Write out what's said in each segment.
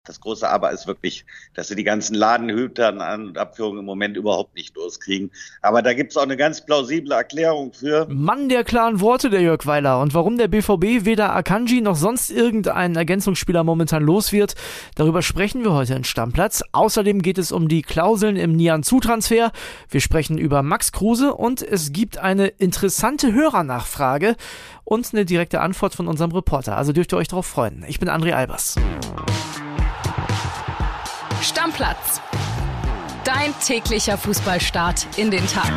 Das große Aber ist wirklich, dass sie die ganzen Ladenhüter An- und Abführungen im Moment überhaupt nicht loskriegen. Aber da gibt es auch eine ganz plausible Erklärung für. Mann der klaren Worte, der Jörg Weiler. Und warum der BVB weder Akanji noch sonst irgendeinen Ergänzungsspieler momentan los wird, darüber sprechen wir heute in Stammplatz. Außerdem geht es um die Klauseln im Nianzou-Transfer. Wir sprechen über Max Kruse und es gibt eine interessante Hörernachfrage und eine direkte Antwort von unserem Reporter. Also dürft ihr euch drauf freuen. Ich bin André Albers. Stammplatz. Dein täglicher Fußballstart in den Tag.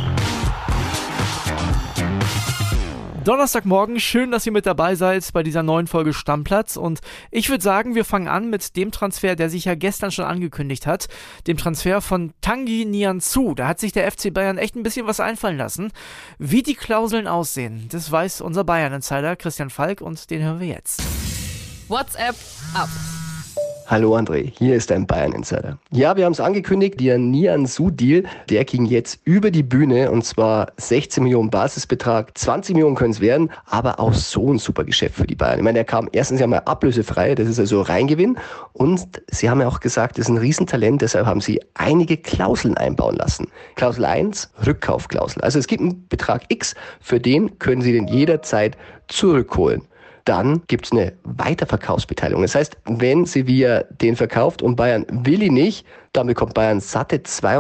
Donnerstagmorgen, schön, dass ihr mit dabei seid bei dieser neuen Folge Stammplatz und ich würde sagen, wir fangen an mit dem Transfer, der sich ja gestern schon angekündigt hat, dem Transfer von Tanguy Nianzou. Da hat sich der FC Bayern echt ein bisschen was einfallen lassen. Wie die Klauseln aussehen, das weiß unser Bayern-Insider Christian Falk und den hören wir jetzt. WhatsApp ab. Hallo André, hier ist dein Bayern-Insider. Ja, wir haben es angekündigt, der Nianzou-Deal, der ging jetzt über die Bühne und zwar 16 Millionen Basisbetrag, 20 Millionen können es werden, aber auch so ein super Geschäft für die Bayern. Ich meine, er kam erstens ja mal ablösefrei, das ist also Reingewinn und sie haben ja auch gesagt, das ist ein Riesentalent, deshalb haben sie einige Klauseln einbauen lassen. Klausel 1, Rückkaufklausel. Also es gibt einen Betrag X, für den können sie den jederzeit zurückholen. Dann gibt es eine Weiterverkaufsbeteiligung. Das heißt, wenn Sevilla den verkauft und Bayern will ihn nicht, dann bekommt Bayern satte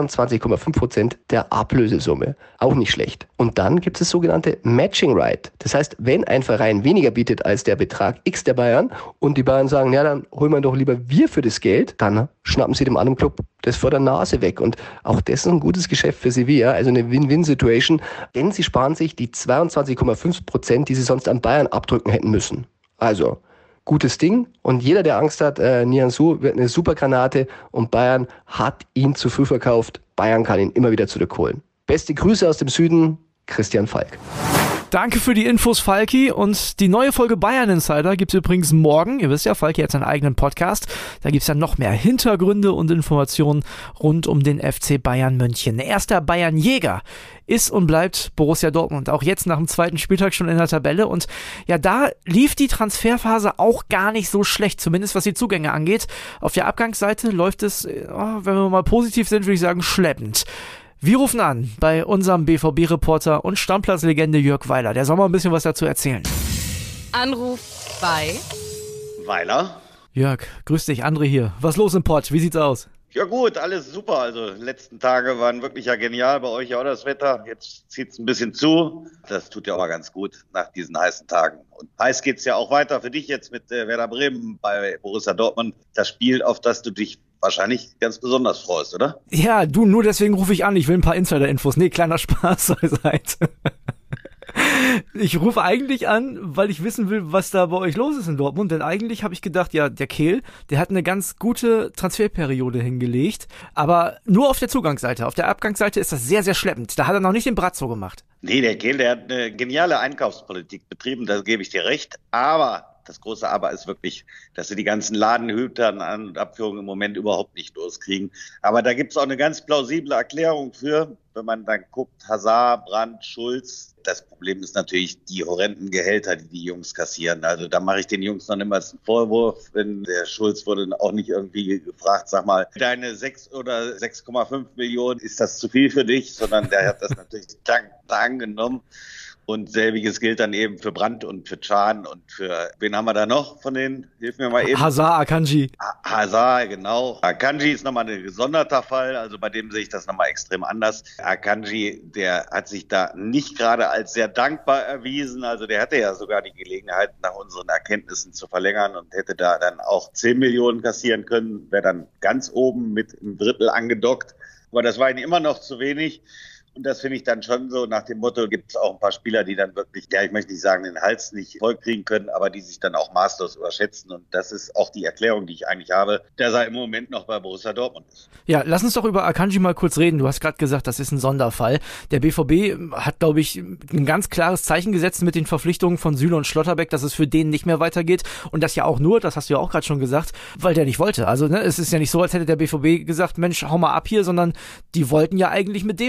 22,5% der Ablösesumme. Auch nicht schlecht. Und dann gibt es das sogenannte Matching Right. Das heißt, wenn ein Verein weniger bietet als der Betrag X der Bayern und die Bayern sagen, ja, dann holen wir doch lieber wir für das Geld, dann schnappen sie dem anderen Club das vor der Nase weg. Und auch das ist ein gutes Geschäft für Sevilla, also eine Win-Win-Situation, denn sie sparen sich die 22,5%, die sie sonst an Bayern abdrücken hätten müssen. Also, gutes Ding und jeder, der Angst hat, Nianzou wird eine super Granate und Bayern hat ihn zu früh verkauft. Bayern kann ihn immer wieder zurückholen. Beste Grüße aus dem Süden, Christian Falk. Danke für die Infos, Falki. Und die neue Folge Bayern Insider gibt es übrigens morgen. Ihr wisst ja, Falki hat seinen eigenen Podcast. Da gibt es dann noch mehr Hintergründe und Informationen rund um den FC Bayern München. Erster Bayern-Jäger ist und bleibt Borussia Dortmund. Auch jetzt nach dem zweiten Spieltag schon in der Tabelle. Und ja, da lief die Transferphase auch gar nicht so schlecht, zumindest was die Zugänge angeht. Auf der Abgangsseite läuft es, wenn wir mal positiv sind, würde ich sagen, schleppend. Wir rufen an bei unserem BVB-Reporter und Stammplatzlegende Jörg Weiler. Der soll mal ein bisschen was dazu erzählen. Anruf bei Weiler. Jörg, grüß dich, André hier. Was los im Pott? Wie sieht's aus? Ja gut, alles super. Also die letzten Tage waren wirklich ja genial. Bei euch ja auch das Wetter. Jetzt zieht's ein bisschen zu. Das tut ja auch mal ganz gut nach diesen heißen Tagen. Und heiß geht's ja auch weiter für dich jetzt mit Werder Bremen bei Borussia Dortmund. Das Spiel, auf das du dich wahrscheinlich ganz besonders freust, oder? Ja, du, nur deswegen rufe ich an. Ich will ein paar Insider-Infos. Nee, kleiner Spaß beiseite. Ich rufe eigentlich an, weil ich wissen will, was da bei euch los ist in Dortmund, denn eigentlich habe ich gedacht, ja, der Kehl, der hat eine ganz gute Transferperiode hingelegt, aber nur auf der Zugangsseite. Auf der Abgangsseite ist das sehr, sehr schleppend. Da hat er noch nicht den Brazzo gemacht. Nee, der Kehl, der hat eine geniale Einkaufspolitik betrieben, da gebe ich dir recht, aber das große Aber ist wirklich, dass sie die ganzen Ladenhüter An- und Abführungen im Moment überhaupt nicht loskriegen. Aber da gibt es auch eine ganz plausible Erklärung für, wenn man dann guckt, Hazard, Brandt, Schulz. Das Problem ist natürlich die horrenden Gehälter, die die Jungs kassieren. Also da mache ich den Jungs noch niemals einen Vorwurf. Wenn der Schulz wurde auch nicht irgendwie gefragt, sag mal, deine 6 oder 6,5 Millionen, ist das zu viel für dich? Sondern der hat das natürlich dankend angenommen. Und selbiges gilt dann eben für Brandt und für Can und für, wen haben wir da noch von denen? Hilf mir mal eben. Hazard, Akanji. Hazard, genau. Akanji ist nochmal ein gesonderter Fall, also bei dem sehe ich das nochmal extrem anders. Akanji, der hat sich da nicht gerade als sehr dankbar erwiesen, also der hatte ja sogar die Gelegenheit, nach unseren Erkenntnissen zu verlängern und hätte da dann auch 10 Millionen kassieren können, wäre dann ganz oben mit einem Drittel angedockt. Aber das war ihm immer noch zu wenig. Und das finde ich dann schon so, nach dem Motto gibt es auch ein paar Spieler, die dann wirklich, ja, ich möchte nicht sagen, den Hals nicht voll kriegen können, aber die sich dann auch maßlos überschätzen. Und das ist auch die Erklärung, die ich eigentlich habe, dass er im Moment noch bei Borussia Dortmund ist. Ja, lass uns doch über Akanji mal kurz reden. Du hast gerade gesagt, das ist ein Sonderfall. Der BVB hat, glaube ich, ein ganz klares Zeichen gesetzt mit den Verpflichtungen von Süle und Schlotterbeck, dass es für den nicht mehr weitergeht. Und das ja auch nur, das hast du ja auch gerade schon gesagt, weil der nicht wollte. Also, ne, es ist ja nicht so, als hätte der BVB gesagt, Mensch, hau mal ab hier, sondern die wollten ja eigentlich mit dem weitermachen.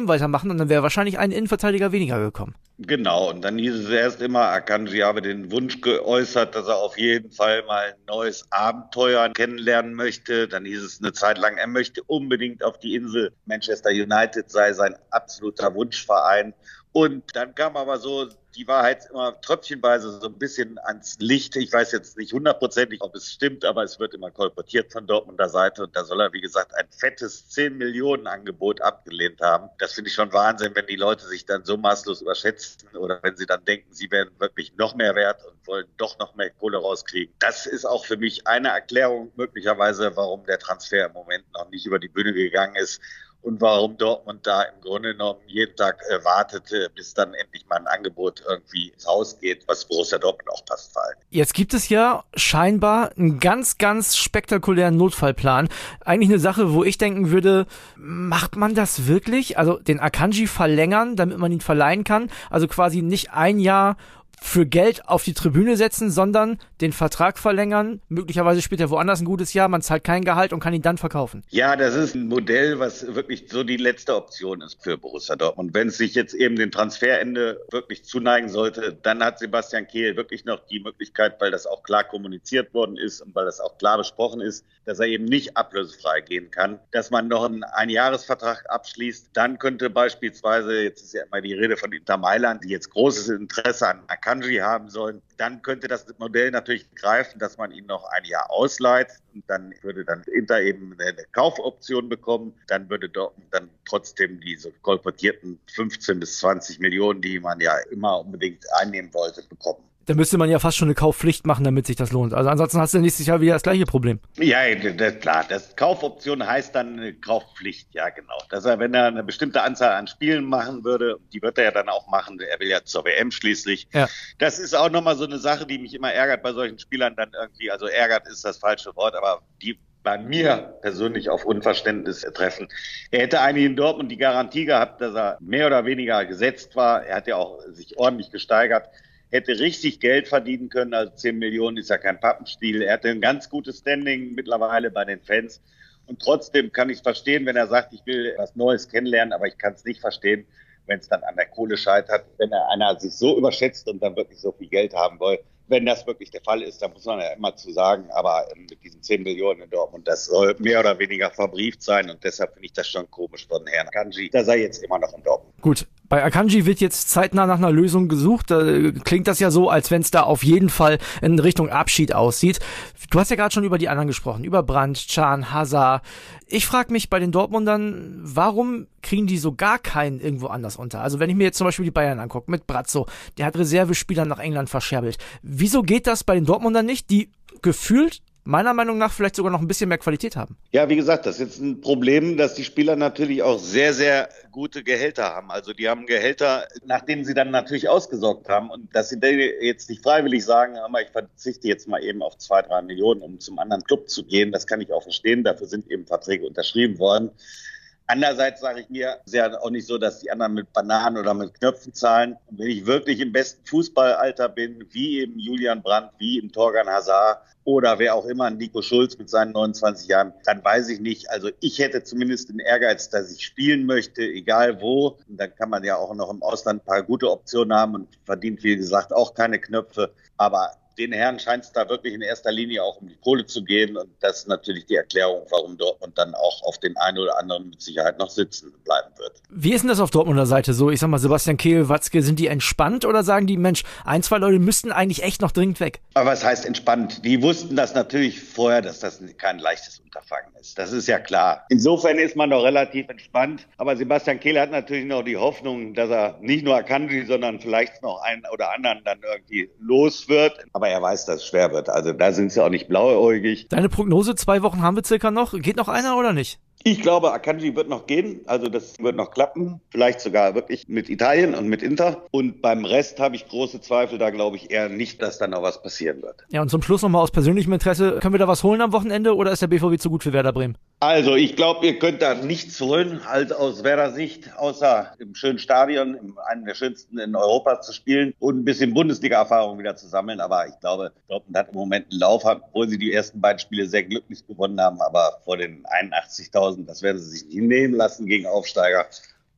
und dann wäre wahrscheinlich ein Innenverteidiger weniger gekommen. Genau, und dann hieß es erst immer, Akanji habe den Wunsch geäußert, dass er auf jeden Fall mal ein neues Abenteuer kennenlernen möchte. Dann hieß es eine Zeit lang, er möchte unbedingt auf die Insel. Manchester United sei sein absoluter Wunschverein. Und dann kam aber so die Wahrheit immer tröpfchenweise so ein bisschen ans Licht. Ich weiß jetzt nicht hundertprozentig, ob es stimmt, aber es wird immer kolportiert von Dortmunder Seite. Und da soll er, wie gesagt, ein fettes 10 Millionen Angebot abgelehnt haben. Das finde ich schon Wahnsinn, wenn die Leute sich dann so maßlos überschätzen oder wenn sie dann denken, sie wären wirklich noch mehr wert und wollen doch noch mehr Kohle rauskriegen. Das ist auch für mich eine Erklärung möglicherweise, warum der Transfer im Moment noch nicht über die Bühne gegangen ist. Und warum Dortmund da im Grunde genommen jeden Tag wartete, bis dann endlich mal ein Angebot irgendwie ins Haus geht, was Borussia Dortmund auch passt vor allem. Jetzt gibt es ja scheinbar einen ganz, ganz spektakulären Notfallplan. Eigentlich eine Sache, wo ich denken würde, macht man das wirklich? Also den Akanji verlängern, damit man ihn verleihen kann? Also quasi nicht ein Jahr für Geld auf die Tribüne setzen, sondern den Vertrag verlängern. Möglicherweise spielt er woanders ein gutes Jahr, man zahlt kein Gehalt und kann ihn dann verkaufen. Ja, das ist ein Modell, was wirklich so die letzte Option ist für Borussia Dortmund. Wenn es sich jetzt eben dem Transferende wirklich zuneigen sollte, dann hat Sebastian Kehl wirklich noch die Möglichkeit, weil das auch klar kommuniziert worden ist und weil das auch klar besprochen ist, dass er eben nicht ablösefrei gehen kann, dass man noch einen Einjahresvertrag abschließt. Dann könnte beispielsweise, jetzt ist ja immer die Rede von Inter Mailand, die jetzt großes Interesse an Akanji haben sollen, dann könnte das Modell natürlich greifen, dass man ihn noch ein Jahr ausleiht und dann würde dann Inter eben eine Kaufoption bekommen. Dann würde Dortmund dann trotzdem diese kolportierten 15 bis 20 Millionen, die man ja immer unbedingt einnehmen wollte, bekommen. Da müsste man ja fast schon eine Kaufpflicht machen, damit sich das lohnt. Also ansonsten hast du nächstes Jahr wieder das gleiche Problem. Ja, klar. Das Kaufoption heißt dann eine Kaufpflicht, ja genau. Dass er, wenn er eine bestimmte Anzahl an Spielen machen würde, die wird er ja dann auch machen, er will ja zur WM schließlich. Ja. Das ist auch nochmal so eine Sache, die mich immer ärgert bei solchen Spielern dann irgendwie, also ärgert ist das falsche Wort, aber die bei mir persönlich auf Unverständnis treffen. Er hätte eigentlich in Dortmund die Garantie gehabt, dass er mehr oder weniger gesetzt war. Er hat ja auch sich ordentlich gesteigert. Hätte richtig Geld verdienen können, also 10 Millionen ist ja kein Pappenstiel. Er hatte ein ganz gutes Standing mittlerweile bei den Fans. Und trotzdem kann ich es verstehen, wenn er sagt, ich will was Neues kennenlernen, aber ich kann es nicht verstehen, wenn es dann an der Kohle scheitert, wenn einer sich so überschätzt und dann wirklich so viel Geld haben will. Wenn das wirklich der Fall ist, dann muss man ja immer zu sagen, aber mit diesen 10 Millionen in Dortmund, das soll mehr oder weniger verbrieft sein und deshalb finde ich das schon komisch von Herrn Akanji, dass er jetzt immer noch in Dortmund. Gut, bei Akanji wird jetzt zeitnah nach einer Lösung gesucht. Da klingt das ja so, als wenn es da auf jeden Fall in Richtung Abschied aussieht. Du hast ja gerade schon über die anderen gesprochen, über Brandt, Can, Hazard. Ich frage mich bei den Dortmundern, warum kriegen die so gar keinen irgendwo anders unter? Also wenn ich mir jetzt zum Beispiel die Bayern angucke, mit Brazzo, der hat Reservespieler nach England verscherbelt. Wieso geht das bei den Dortmundern nicht, die gefühlt meiner Meinung nach vielleicht sogar noch ein bisschen mehr Qualität haben? Ja, wie gesagt, das ist jetzt ein Problem, dass die Spieler natürlich auch sehr, sehr gute Gehälter haben. Also die haben Gehälter, nach denen sie dann natürlich ausgesorgt haben. Und dass sie jetzt nicht freiwillig sagen, aber ich verzichte jetzt mal eben auf 2-3 Millionen, um zum anderen Club zu gehen, das kann ich auch verstehen. Dafür sind eben Verträge unterschrieben worden. Andererseits sage ich mir, ist ja auch nicht so, dass die anderen mit Bananen oder mit Knöpfen zahlen. Und wenn ich wirklich im besten Fußballalter bin, wie eben Julian Brandt, wie im Thorgan Hazard oder wer auch immer, Nico Schulz mit seinen 29 Jahren, dann weiß ich nicht. Also ich hätte zumindest den Ehrgeiz, dass ich spielen möchte, egal wo. Und dann kann man ja auch noch im Ausland ein paar gute Optionen haben und verdient, wie gesagt, auch keine Knöpfe. Aber den Herren scheint es da wirklich in erster Linie auch um die Kohle zu gehen. Und das ist natürlich die Erklärung, warum Dortmund dann auch auf den einen oder anderen mit Sicherheit noch sitzen bleiben wird. Wie ist denn das auf Dortmunder Seite so? Ich sag mal, Sebastian Kehl, Watzke, sind die entspannt oder sagen die, Mensch, 1-2 Leute müssten eigentlich echt noch dringend weg? Aber was heißt entspannt? Die wussten das natürlich vorher, dass das kein leichtes Unterfangen ist. Das ist ja klar. Insofern ist man doch relativ entspannt. Aber Sebastian Kehl hat natürlich noch die Hoffnung, dass er nicht nur Akanji, sondern vielleicht noch einen oder anderen dann irgendwie los wird. Aber er weiß, dass es schwer wird. Also da sind sie auch nicht blauäugig. Deine Prognose, 2 Wochen haben wir circa noch. Geht noch einer oder nicht? Ich glaube, Akanji wird noch gehen, also das wird noch klappen, vielleicht sogar wirklich mit Italien und mit Inter. Und beim Rest habe ich große Zweifel, da glaube ich eher nicht, dass da noch was passieren wird. Ja, und zum Schluss nochmal aus persönlichem Interesse, können wir da was holen am Wochenende oder ist der BVB zu gut für Werder Bremen? Also ich glaube, ihr könnt da nichts holen, halt aus Werder Sicht, außer im schönen Stadion, in einem der schönsten in Europa zu spielen und ein bisschen Bundesliga-Erfahrung wieder zu sammeln. Aber ich glaube, Dortmund hat im Moment einen Lauf, obwohl sie die ersten beiden Spiele sehr glücklich gewonnen haben, aber vor den 81.000, das werden sie sich nicht nehmen lassen gegen Aufsteiger.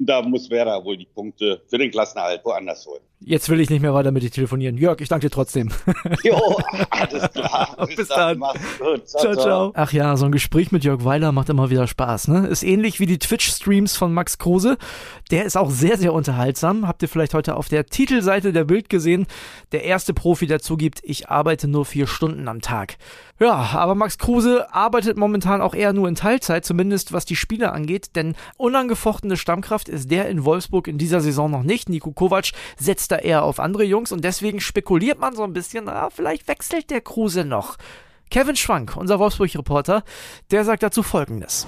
Da muss Werder wohl die Punkte für den Klassenerhalt woanders holen. Jetzt will ich nicht mehr weiter mit dir telefonieren. Jörg, ich danke dir trotzdem. Jo, alles klar. Bis dann. Mach's gut. Ciao, ciao. Ach ja, so ein Gespräch mit Jörg Weiler macht immer wieder Spaß, ne? Ist ähnlich wie die Twitch-Streams von Max Kruse. Der ist auch sehr, sehr unterhaltsam. Habt ihr vielleicht heute auf der Titelseite der Bild gesehen. Der erste Profi, der zugibt, ich arbeite nur 4 Stunden am Tag. Ja, aber Max Kruse arbeitet momentan auch eher nur in Teilzeit, zumindest was die Spiele angeht, denn unangefochtene Stammkraft ist der in Wolfsburg in dieser Saison noch nicht. Niko Kovac setzt da eher auf andere Jungs und deswegen spekuliert man so ein bisschen, vielleicht wechselt der Kruse noch. Kevin Schwank, unser Wolfsburg-Reporter, der sagt dazu Folgendes.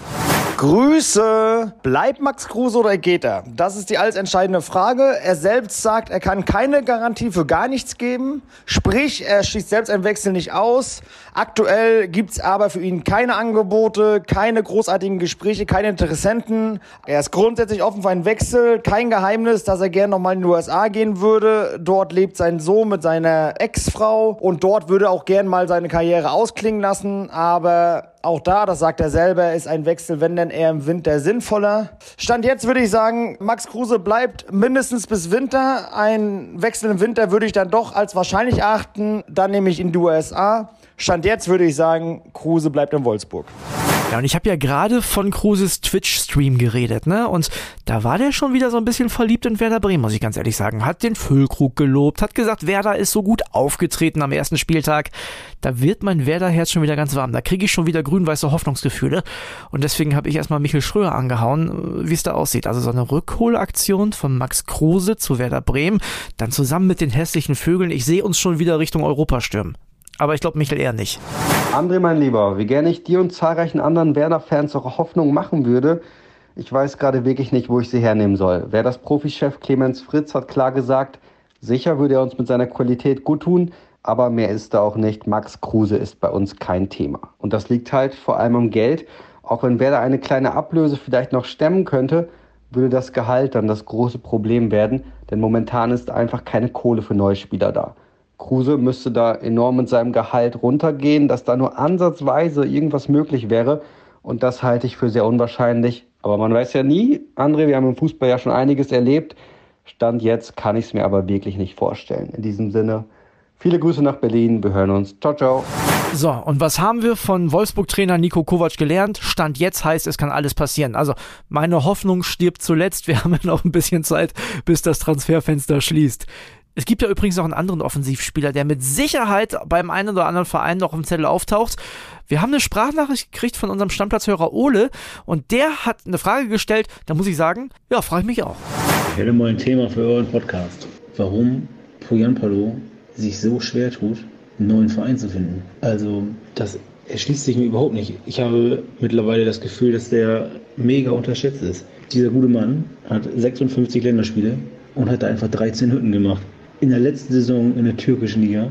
Grüße! Bleibt Max Kruse oder geht er? Das ist die alles entscheidende Frage. Er selbst sagt, er kann keine Garantie für gar nichts geben. Sprich, er schließt selbst einen Wechsel nicht aus. Aktuell gibt's aber für ihn keine Angebote, keine großartigen Gespräche, keine Interessenten. Er ist grundsätzlich offen für einen Wechsel. Kein Geheimnis, dass er gerne nochmal in die USA gehen würde. Dort lebt sein Sohn mit seiner Ex-Frau und dort würde er auch gern mal seine Karriere ausklingen lassen. Aber auch da, das sagt er selber, ist ein Wechsel, wenn denn eher im Winter sinnvoller. Stand jetzt würde ich sagen, Max Kruse bleibt mindestens bis Winter. Ein Wechsel im Winter würde ich dann doch als wahrscheinlich erachten, dann nämlich in die USA. Stand jetzt würde ich sagen, Kruse bleibt in Wolfsburg. Ja, und ich habe ja gerade von Kruses Twitch-Stream geredet, ne? Und da war der schon wieder so ein bisschen verliebt in Werder Bremen, muss ich ganz ehrlich sagen. Hat den Füllkrug gelobt, hat gesagt, Werder ist so gut aufgetreten am ersten Spieltag. Da wird mein Werder-Herz schon wieder ganz warm. Da kriege ich schon wieder grün-weiße Hoffnungsgefühle. Und deswegen habe ich erstmal Michel Schröer angehauen, wie es da aussieht. Also so eine Rückholaktion von Max Kruse zu Werder Bremen, dann zusammen mit den hässlichen Vögeln. Ich sehe uns schon wieder Richtung Europa stürmen. Aber ich glaube, Michel eher nicht. André, mein Lieber, wie gerne ich dir und zahlreichen anderen Werder-Fans auch Hoffnung machen würde, ich weiß gerade wirklich nicht, wo ich sie hernehmen soll. Werders Profichef Clemens Fritz hat klar gesagt, sicher würde er uns mit seiner Qualität gut tun, aber mehr ist da auch nicht. Max Kruse ist bei uns kein Thema. Und das liegt halt vor allem am Geld. Auch wenn Werder eine kleine Ablöse vielleicht noch stemmen könnte, würde das Gehalt dann das große Problem werden, denn momentan ist einfach keine Kohle für neue Spieler da. Kruse müsste da enorm mit seinem Gehalt runtergehen, dass da nur ansatzweise irgendwas möglich wäre. Und das halte ich für sehr unwahrscheinlich. Aber man weiß ja nie. André, wir haben im Fußball ja schon einiges erlebt. Stand jetzt kann ich es mir aber wirklich nicht vorstellen. In diesem Sinne, viele Grüße nach Berlin. Wir hören uns. Ciao, ciao. So, und was haben wir von Wolfsburg-Trainer Niko Kovac gelernt? Stand jetzt heißt, es kann alles passieren. Also meine Hoffnung stirbt zuletzt. Wir haben ja noch ein bisschen Zeit, bis das Transferfenster schließt. Es gibt ja übrigens noch einen anderen Offensivspieler, der mit Sicherheit beim einen oder anderen Verein noch im Zettel auftaucht. Wir haben eine Sprachnachricht gekriegt von unserem Stammplatzhörer Ole und der hat eine Frage gestellt, da muss ich sagen, ja, frage ich mich auch. Ich hätte mal ein Thema für euren Podcast. Warum Poyampalo sich so schwer tut, einen neuen Verein zu finden. Also, das erschließt sich mir überhaupt nicht. Ich habe mittlerweile das Gefühl, dass der mega unterschätzt ist. Dieser gute Mann hat 56 Länderspiele und hat da einfach 13 Hütten gemacht. In der letzten Saison in der türkischen Liga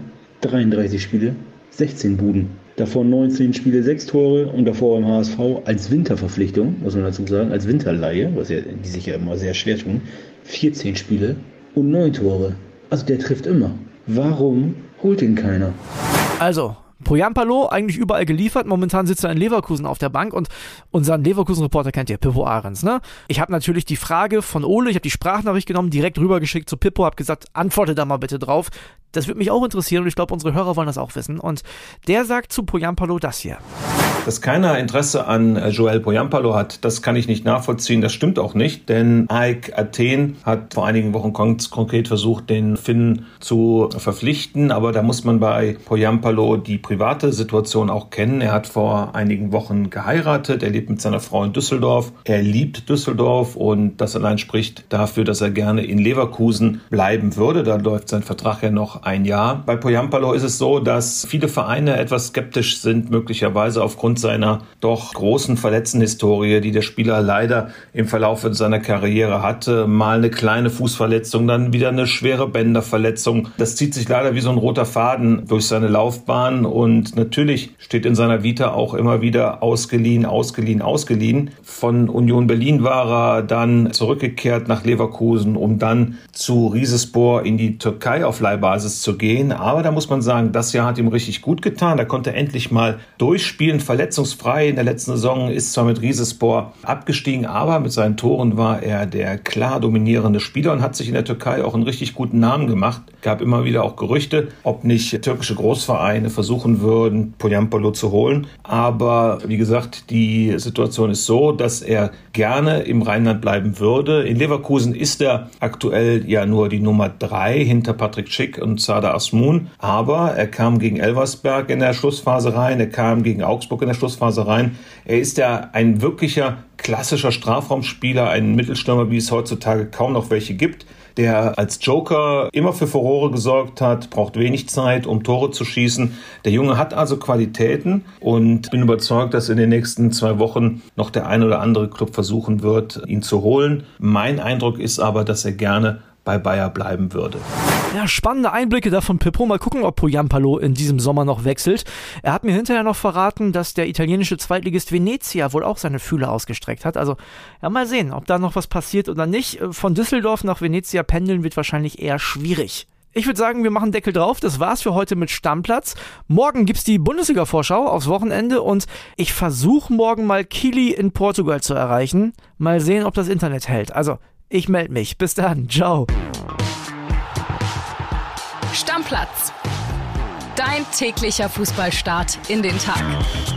33 Spiele, 16 Buden. Davor 19 Spiele, 6 Tore und davor im HSV als Winterverpflichtung, muss man dazu sagen, als Winterleihe, was ja, die sich ja immer sehr schwer tun, 14 Spiele und 9 Tore. Also der trifft immer. Warum holt ihn keiner? Also, Poyampalo eigentlich überall geliefert. Momentan sitzt er in Leverkusen auf der Bank und unseren Leverkusen-Reporter kennt ihr, Pippo Ahrens, ne? Ich habe natürlich die Frage von Ole, ich habe die Sprachnachricht genommen, direkt rübergeschickt zu Pippo, habe gesagt, antworte da mal bitte drauf. Das würde mich auch interessieren und ich glaube, unsere Hörer wollen das auch wissen. Und der sagt zu Poyampalo das hier. Dass keiner Interesse an Joel Poyampalo hat, das kann ich nicht nachvollziehen. Das stimmt auch nicht, denn AEK Athen hat vor einigen Wochen konkret versucht, den Finnen zu verpflichten. Aber da muss man bei Poyampalo die private Situation auch kennen. Er hat vor einigen Wochen geheiratet. Er lebt mit seiner Frau in Düsseldorf. Er liebt Düsseldorf und das allein spricht dafür, dass er gerne in Leverkusen bleiben würde. Da läuft sein Vertrag ja noch ein Jahr. Bei Poyampalo ist es so, dass viele Vereine etwas skeptisch sind, möglicherweise aufgrund seiner doch großen Verletztenhistorie, die der Spieler leider im Verlauf seiner Karriere hatte. Mal eine kleine Fußverletzung, dann wieder eine schwere Bänderverletzung. Das zieht sich leider wie so ein roter Faden durch seine Laufbahn und natürlich steht in seiner Vita auch immer wieder ausgeliehen. Von Union Berlin war er dann zurückgekehrt nach Leverkusen, um dann zu Rizespor in die Türkei auf Leihbasis Jahres zu gehen. Aber da muss man sagen, das Jahr hat ihm richtig gut getan. Da konnte er endlich mal durchspielen, verletzungsfrei. In der letzten Saison ist zwar mit Rizespor abgestiegen, aber mit seinen Toren war er der klar dominierende Spieler und hat sich in der Türkei auch einen richtig guten Namen gemacht. Gab immer wieder auch Gerüchte, ob nicht türkische Großvereine versuchen würden, Pohjanpalo zu holen. Aber wie gesagt, die Situation ist so, dass er gerne im Rheinland bleiben würde. In Leverkusen ist er aktuell ja nur die Nummer 3 hinter Patrick Schick und Sardar Azmoun. Aber er kam gegen Elversberg in der Schlussphase rein, er kam gegen Augsburg in der Schlussphase rein. Er ist ja ein wirklicher klassischer Strafraumspieler, ein Mittelstürmer, wie es heutzutage kaum noch welche gibt, der als Joker immer für Furore gesorgt hat, braucht wenig Zeit, um Tore zu schießen. Der Junge hat also Qualitäten und bin überzeugt, dass in den nächsten 2 Wochen noch der ein oder andere Club versuchen wird, ihn zu holen. Mein Eindruck ist aber, dass er gerne bei Bayer bleiben würde. Ja, spannende Einblicke da von Pippo. Mal gucken, ob Pohjanpalo in diesem Sommer noch wechselt. Er hat mir hinterher noch verraten, dass der italienische Zweitligist Venezia wohl auch seine Fühler ausgestreckt hat. Also ja, mal sehen, ob da noch was passiert oder nicht. Von Düsseldorf nach Venezia pendeln wird wahrscheinlich eher schwierig. Ich würde sagen, wir machen Deckel drauf. Das war's für heute mit Stammplatz. Morgen gibt's die Bundesliga-Vorschau aufs Wochenende und ich versuche morgen mal Kili in Portugal zu erreichen. Mal sehen, ob das Internet hält. Also ich melde mich. Bis dann. Ciao. Stammplatz. Dein täglicher Fußballstart in den Tag.